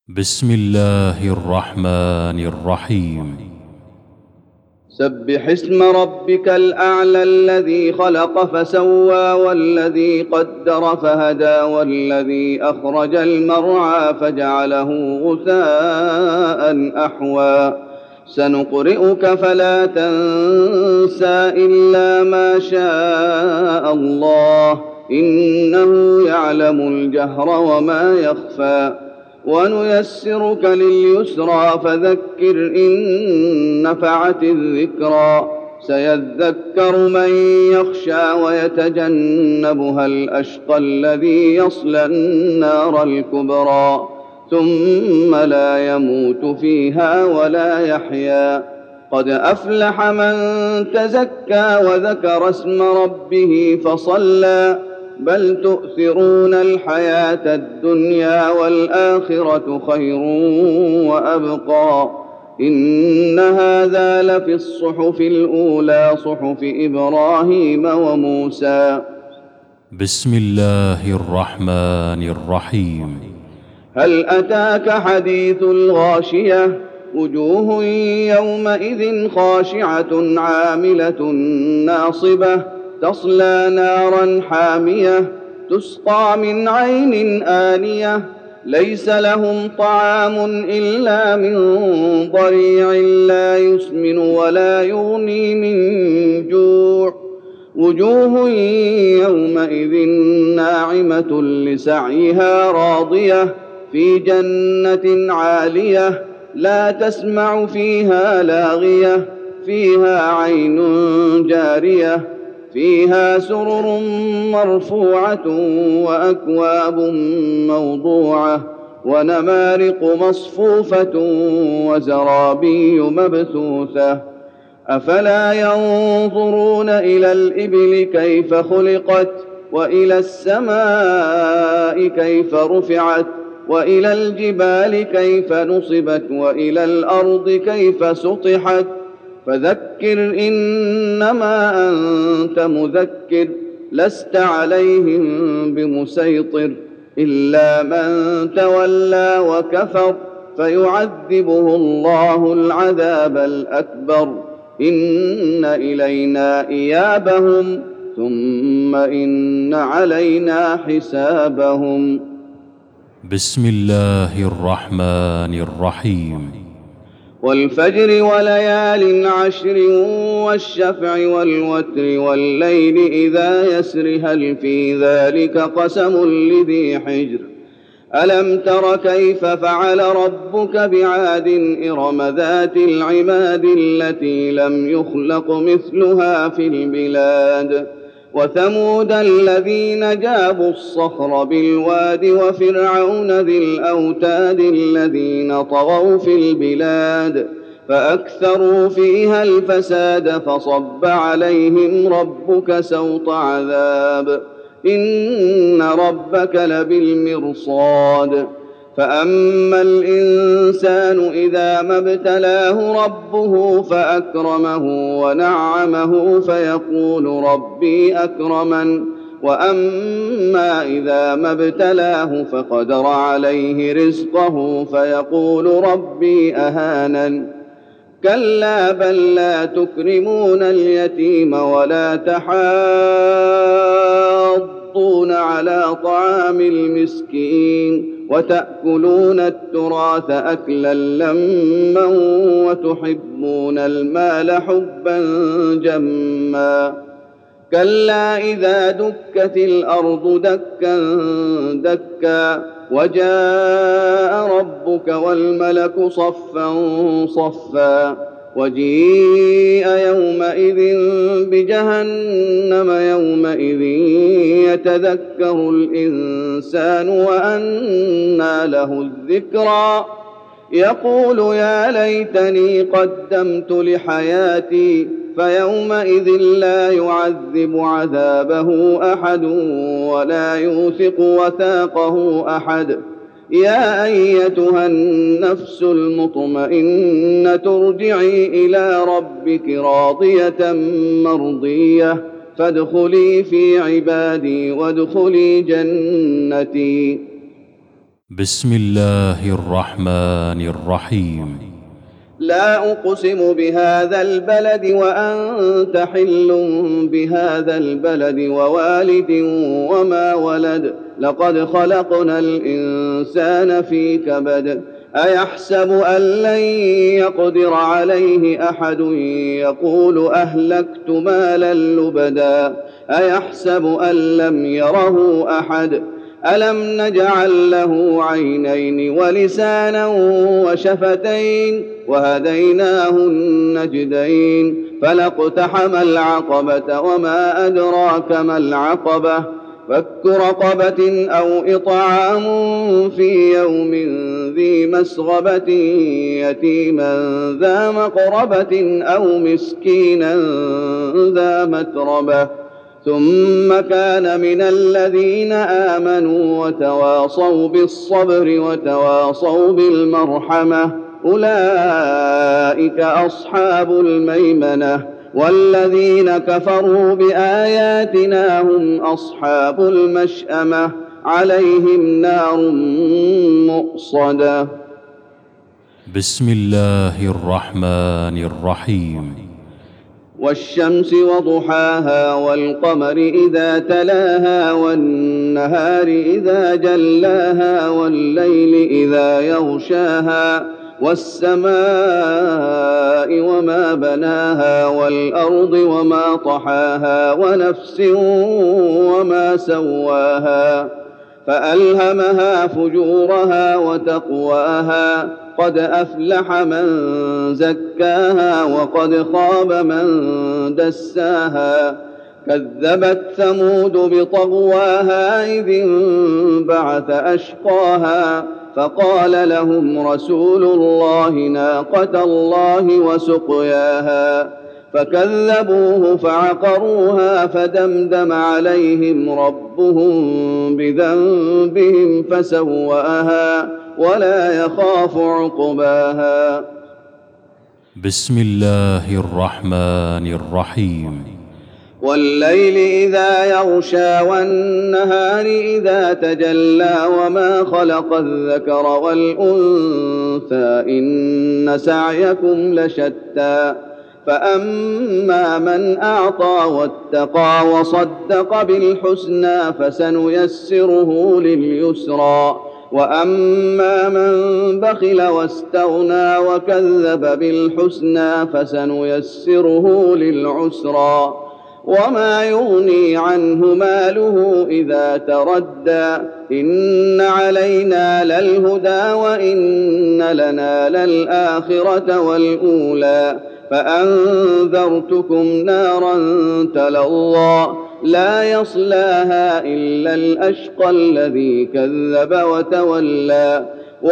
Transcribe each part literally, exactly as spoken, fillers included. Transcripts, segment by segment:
بسم الله الرحمن الرحيم. سبح اسم ربك الأعلى الذي خلق فسوى والذي قدر فهدى والذي أخرج المرعى فجعله غثاء أحوى سنقرئك فلا تنسى إلا ما شاء الله إنه يعلم الجهر وما يخفى ونيسرك لليسرى فذكر إن نفعت الذكرى سيذكر من يخشى ويتجنبها الأشقى الذي يصلى النار الكبرى ثم لا يموت فيها ولا يحيا قد أفلح من تزكى وذكر اسم ربه فصلى بل تؤثرون الحياة الدنيا والآخرة خير وأبقى إن هذا لفي الصحف الأولى صحف إبراهيم وموسى. بسم الله الرحمن الرحيم. هل أتاك حديث الغاشية وجوه يومئذ خاشعة عاملة ناصبة تصلى نارا حامية تسقى من عين آنية ليس لهم طعام إلا من ضريع لا يسمن ولا يغني من جوع وجوه يومئذ ناعمة لسعيها راضية في جنة عالية لا تسمع فيها لاغية فيها عين جارية فيها سرر مرفوعة وأكواب موضوعة ونمارق مصفوفة وزرابي مبثوثة أفلا ينظرون إلى الإبل كيف خلقت وإلى السماء كيف رفعت وإلى الجبال كيف نصبت وإلى الأرض كيف سطحت فذكر إنما أنت مذكر لست عليهم بمسيطر إلا من تولى وكفر فيعذبه الله العذاب الأكبر إن إلينا إيابهم ثم إن علينا حسابهم. بسم الله الرحمن الرحيم. والفجر وليال عشر والشفع والوتر والليل إذا يسر هل في ذلك قسم لذي حجر ألم تر كيف فعل ربك بعاد إرم ذات العماد التي لم يخلق مثلها في البلاد وثمود الذين جابوا الصخر بالواد وفرعون ذي الأوتاد الذين طغوا في البلاد فأكثروا فيها الفساد فصب عليهم ربك سوط عذاب إن ربك لبالمرصاد فأما الإنسان إذا ما ابتلاه ربه فأكرمه ونعمه فيقول ربي أكرمن وأما إذا ما ابتلاه فقدر عليه رزقه فيقول ربي أهانن كلا بل لا تكرمون اليتيم ولا تحاضون على طعام المسكين وتأكلون التراث أكلا لما وتحبون المال حبا جما كلا إذا دكت الأرض دكا دكا وجاء ربك والملك صفا صفا وجيء يومئذ بجهنم يومئذ يتذكر الإنسان وأنى له الذكرى يقول يا ليتني قدمت لحياتي فيومئذ لا يعذب عذابه أحد ولا يوثق وثاقه أحد يا أيتها النفس المطمئنة ارجعي إلى ربك راضية مرضية فادخلي في عبادي وادخلي جنتي. بسم الله الرحمن الرحيم لا أقسم بهذا البلد وأنت حل بهذا البلد ووالد وما ولد لقد خلقنا الإنسان في كبد أيحسب أن لن يقدر عليه أحد يقول أهلكت مالا لبدا أيحسب أن لم يره أحد ألم نجعل له عينين ولسانا وشفتين وهديناه النجدين فلاقتحم العقبة وما أدراك ما العقبة فك رقبة أو إطعام في يوم ذي مسغبة يتيما ذا مقربة أو مسكينا ذا متربة ثم كان من الذين آمنوا وتواصوا بالصبر وتواصوا بالمرحمة أولئك أصحاب الميمنة والذين كفروا بآياتنا هم أصحاب المشأمة عليهم نار مؤصدة. بسم الله الرحمن الرحيم والشمس وضحاها والقمر إذا تلاها والنهار إذا جلاها والليل إذا يغشاها والسماء وما بناها والأرض وما طحاها ونفس وما سواها فألهمها فجورها وتقواها قد أفلح من زكاها وقد خاب من دساها كذبت ثمود بطغواها إذ انبعث أشقاها فقال لهم رسول الله ناقة الله وسقياها فكذبوه فعقروها فدمدم عليهم ربهم بذنبهم فسواها ولا يخاف عقباها. بسم الله الرحمن الرحيم والليل إذا يغشى والنهار إذا تجلى وما خلق الذكر والأنثى إن سعيكم لشتى فأما من أعطى واتقى وصدق بالحسنى فسنيسره لليسرى وأما من بخل واستغنى وكذب بالحسنى فسنيسره للعسرى وما يغني عنه ماله إذا تردى إن علينا للهدى وإن لنا للآخرة والأولى فأنذرتكم نارا تلظى لا يصلاها إلا الأشقى الذي كذب وتولى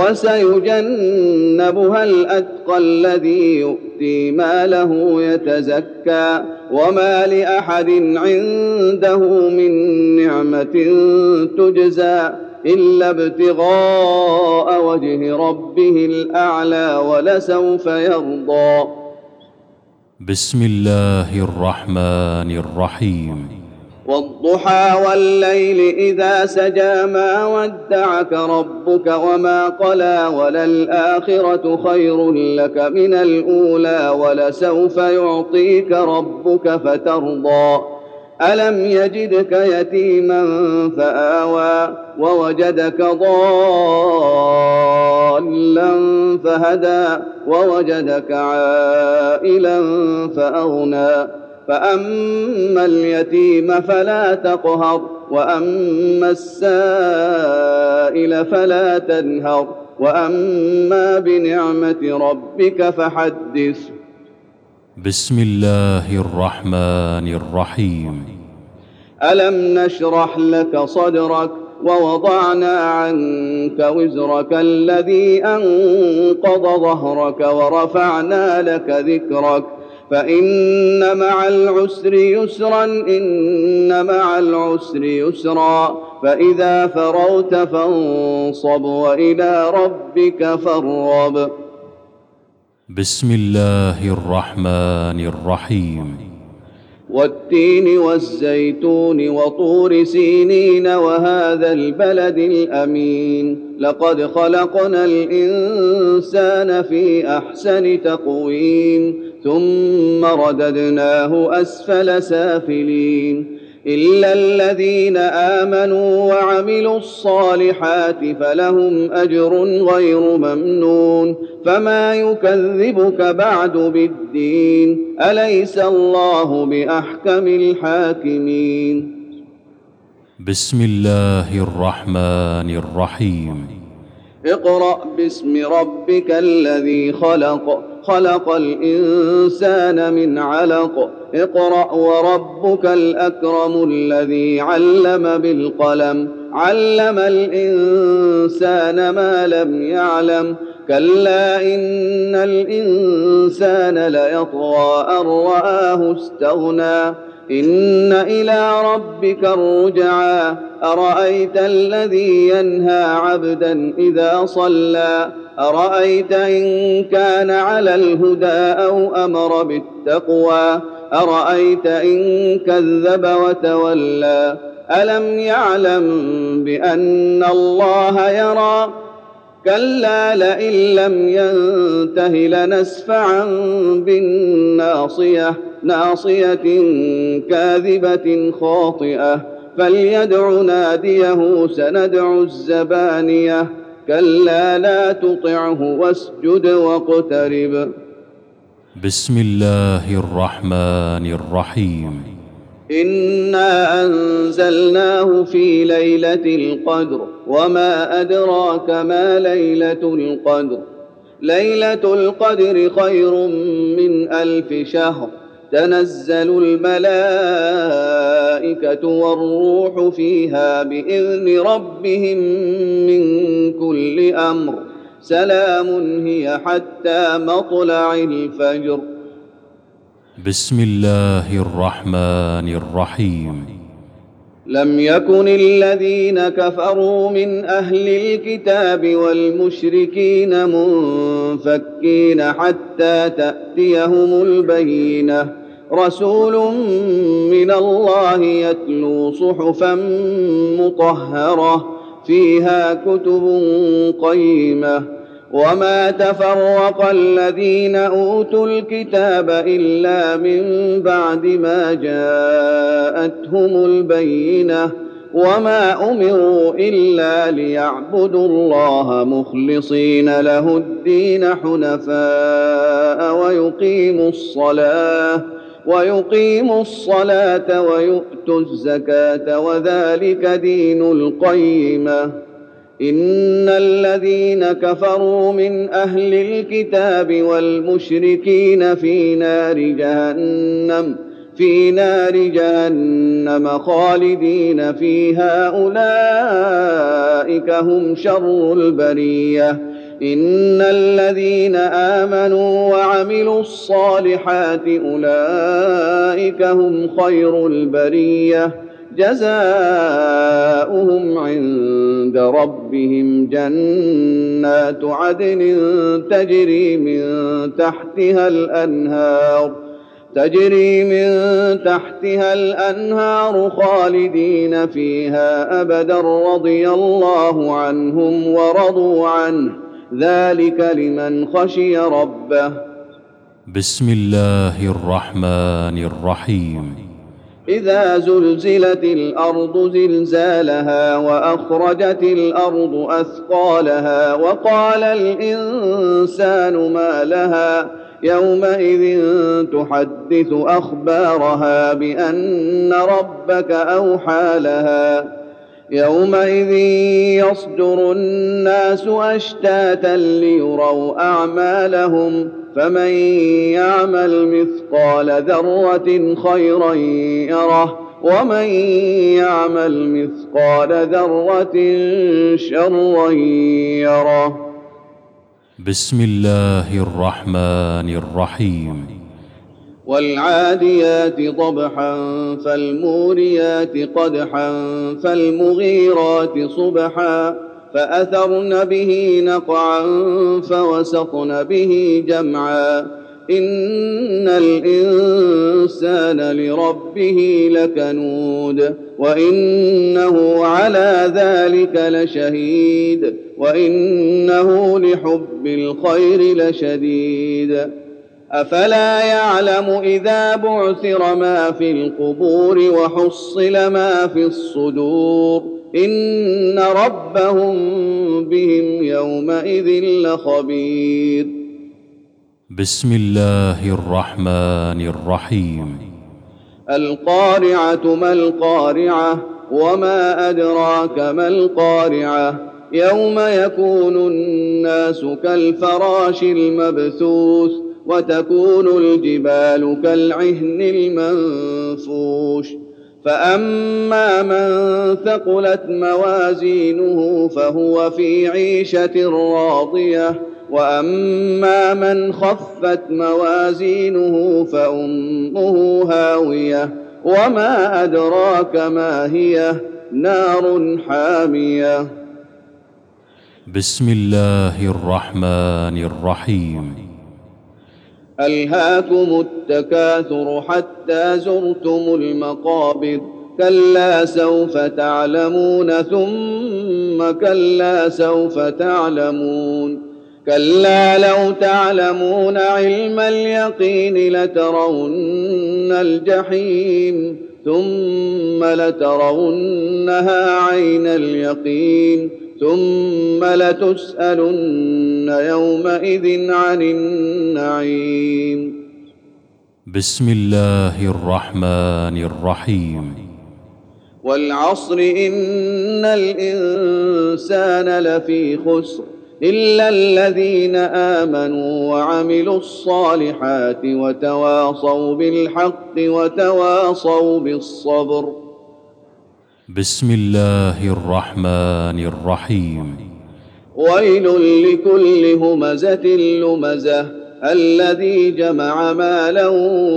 وسيجنبها الأتقى الذي يؤتي ماله يتزكى وما لأحد عنده من نعمة تجزى إلا ابتغاء وجه ربه الأعلى ولسوف يرضى. بسم الله الرحمن الرحيم والضحى والليل إذا سجى ما ودعك ربك وما قلى وللآخرة خير لك من الأولى ولسوف يعطيك ربك فترضى ألم يجدك يتيما فآوى ووجدك ضالا فهدى ووجدك عائلا فأغنى فأما اليتيم فلا تقهر وأما السائل فلا تنهر وأما بنعمة ربك فحدث. بسم الله الرحمن الرحيم ألم نشرح لك صدرك ووضعنا عنك وزرك الذي أنقض ظهرك ورفعنا لك ذكرك فإن مع العسر يسرا إن مع العسر يسرا فإذا فرغت فانصب وإلى ربك فارغب. بسم الله الرحمن الرحيم والتين والزيتون وطور سينين وهذا البلد الأمين لقد خلقنا الإنسان في أحسن تقويم ثم رددناه أسفل سافلين إلا الذين آمنوا وعملوا الصالحات فلهم أجر غير ممنون فما يكذبك بعد بالدين أليس الله بأحكم الحاكمين. بسم الله الرحمن الرحيم. اقرأ باسم ربك الذي خلق خلق الإنسان من علق اقرأ وربك الأكرم الذي علم بالقلم علم الإنسان ما لم يعلم كلا إن الإنسان ليطغى أن رآه استغنى إن إلى ربك الرجعى أرأيت الذي ينهى عبدا إذا صلى أرأيت إن كان على الهدى أو أمر بالتقوى أرأيت إن كذب وتولى ألم يعلم بأن الله يرى كلا لئن لم ينته لنسفعا بالناصية ناصية كاذبة خاطئة فليدع ناديه سندع الزبانية كلا لا تطعه واسجد واقترب. بسم الله الرحمن الرحيم. إنا أنزلناه في ليلة القدر وما أدراك ما ليلة القدر ليلة القدر خير من ألف شهر تنزل الملائكة والروح فيها بإذن ربهم من كل أمر سلام هي حتى مطلع الفجر. بسم الله الرحمن الرحيم. لم يكن الذين كفروا من أهل الكتاب والمشركين منفكين حتى تأتيهم البينة رسول من الله يتلو صحفا مطهرة فيها كتب قيمة وما تفرق الذين أوتوا الكتاب إلا من بعد ما جاءتهم البينة وما أمروا إلا ليعبدوا الله مخلصين له الدين حنفاء ويقيموا الصلاة ويقيموا الصلاة ويؤتوا الزكاة وذلك دين القيمة. إن الذين كفروا من أهل الكتاب والمشركين في نار جهنم في نار جهنم خالدين فيها أولئك هم شر البرية. إن الذين آمنوا وعملوا الصالحات أولئك هم خير البرية جزاؤهم عند ربهم جنات عدن تجري من تحتها الأنهار تجري من تحتها الأنهار خالدين فيها أبدا رضي الله عنهم ورضوا عنه ذلك لمن خشي ربه. بسم الله الرحمن الرحيم. إذا زلزلت الأرض زلزالها وأخرجت الأرض أثقالها وقال الإنسان ما لها يومئذ تحدث أخبارها بأن ربك أوحى لها يومئذ يصدر الناس أشتاتا ليروا أعمالهم فمن يعمل مثقال ذرة خيرا يره ومن يعمل مثقال ذرة شرا يره. بسم الله الرحمن الرحيم. والعاديات ضبحا فالموريات قدحا فالمغيرات صبحا فأثرن به نقعا فوسطن به جمعا إن الإنسان لربه لكنود وإنه على ذلك لشهيد وإنه لحب الخير لشديد أفلا يعلم إذا بعثر ما في القبور وحصل ما في الصدور إن ربهم بهم يومئذ لخبير. بسم الله الرحمن الرحيم. القارعة ما القارعة وما أدراك ما القارعة يوم يكون الناس كالفراش المبثوث وتكون الجبال كالعهن المنفوش فأما من ثقلت موازينه فهو في عيشة راضية وأما من خفت موازينه فأمه هاوية وما أدراك ما هي نار حامية. بسم الله الرحمن الرحيم. ألهاكم التكاثر حتى زرتم المقابر كلا سوف تعلمون ثم كلا سوف تعلمون كلا لو تعلمون علم اليقين لترون الجحيم ثم لترونها عين اليقين ثم لتسألن يومئذ عن النعيم. بسم الله الرحمن الرحيم. والعصر إن الإنسان لفي خسر إلا الذين آمنوا وعملوا الصالحات وتواصوا بالحق وتواصوا بالصبر. بسم الله الرحمن الرحيم. ويل لكل همزة لمزة الذي جمع مالا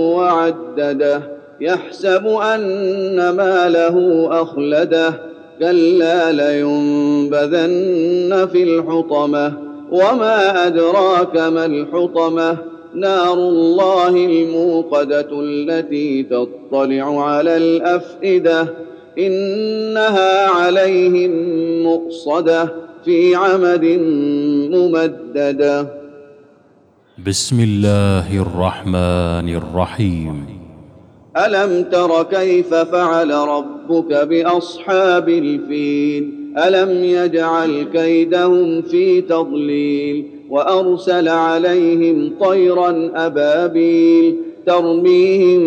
وعدده يحسب أن ماله أخلده كلا لينبذن في الحطمة وما أدراك ما الحطمة نار الله الموقدة التي تطلع على الأفئدة إنها عليهم مؤصدة في عمد ممددة. بسم الله الرحمن الرحيم. ألم تر كيف فعل ربك بأصحاب الفيل ألم يجعل كيدهم في تضليل وأرسل عليهم طيرا أبابيل ترميهم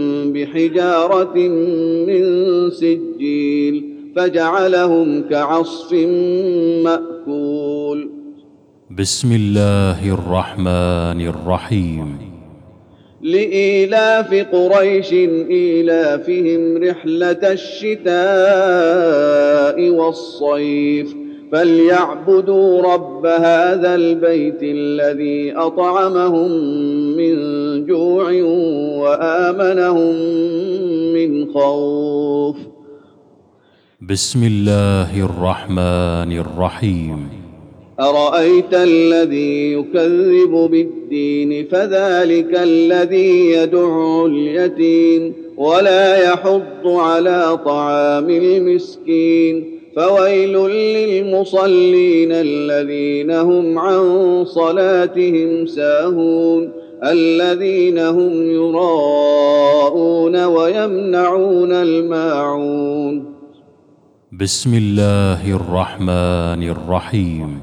بحجارة من سجيل فجعلهم كعصف مأكول. بسم الله الرحمن الرحيم. لإيلاف قريش إيلافهم رحلة الشتاء والصيف فليعبدوا رب هذا البيت الذي أطعمهم من جوع وآمنهم من خوف. بسم الله الرحمن الرحيم. أرأيت الذي يكذب بالدين فذلك الذي يدع اليتيم ولا يحض على طعام المسكين فويل للمصلين الذين هم عن صلاتهم ساهون الذين هم يراءون ويمنعون الماعون. بسم الله الرحمن الرحيم.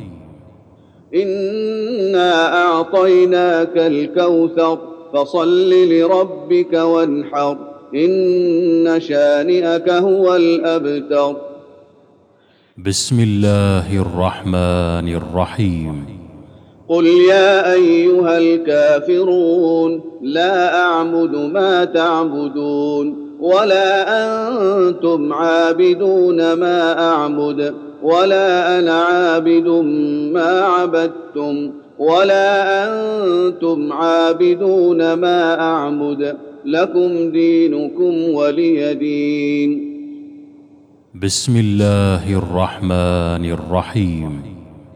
إنا أعطيناك الكوثر فصل لربك وانحر إن شانئك هو الأبتر. بسم الله الرحمن الرحيم. قل يا أيها الكافرون لا أعبد ما تعبدون ولا أنتم عابدون ما أعبد ولا أنا عابد ما عبدتم ولا أنتم عابدون ما أعبد لكم دينكم ولي دين. بسم الله الرحمن الرحيم.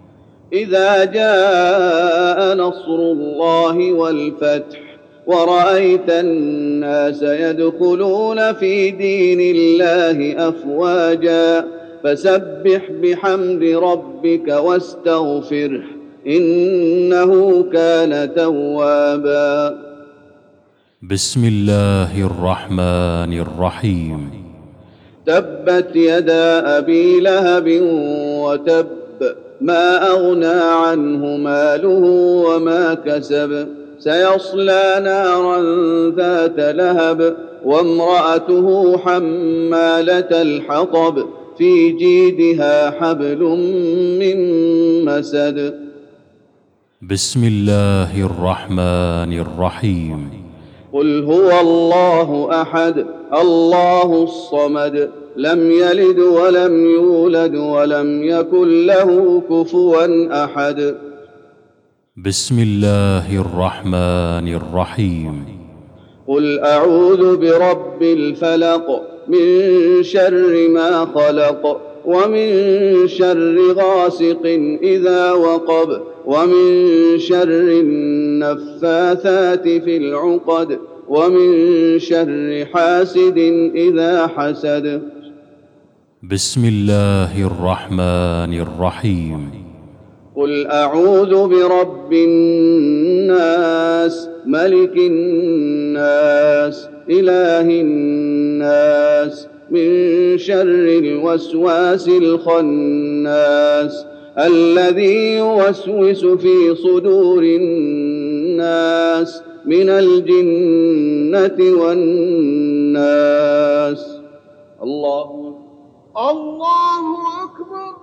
إذا جاء نصر الله والفتح ورأيت الناس يدخلون في دين الله أفواجا فسبح بحمد ربك واستغفره إنه كان توابا. بسم الله الرحمن الرحيم. تبت يدا أبي لهب وتب ما أغنى عنه ماله وما كسب سيصلى نارا ذات لهب وامرأته حمالة الحطب في جيدها حبل من مسد. بسم الله الرحمن الرحيم. قل هو الله أحد الله الصمد لم يلد ولم يولد ولم يكن له كفوا أحد. بسم الله الرحمن الرحيم. قل أعوذ برب الفلق من شر ما خلق ومن شر غاسق إذا وقب ومن شر النفاثات في العقد ومن شر حاسد إذا حسد. بسم الله الرحمن الرحيم. قل أعوذ برب الناس ملك الناس إله الناس من شر الوسواس الخناس الذي يوسوس في صدور الناس من الجنة والناس. الله الله أكبر.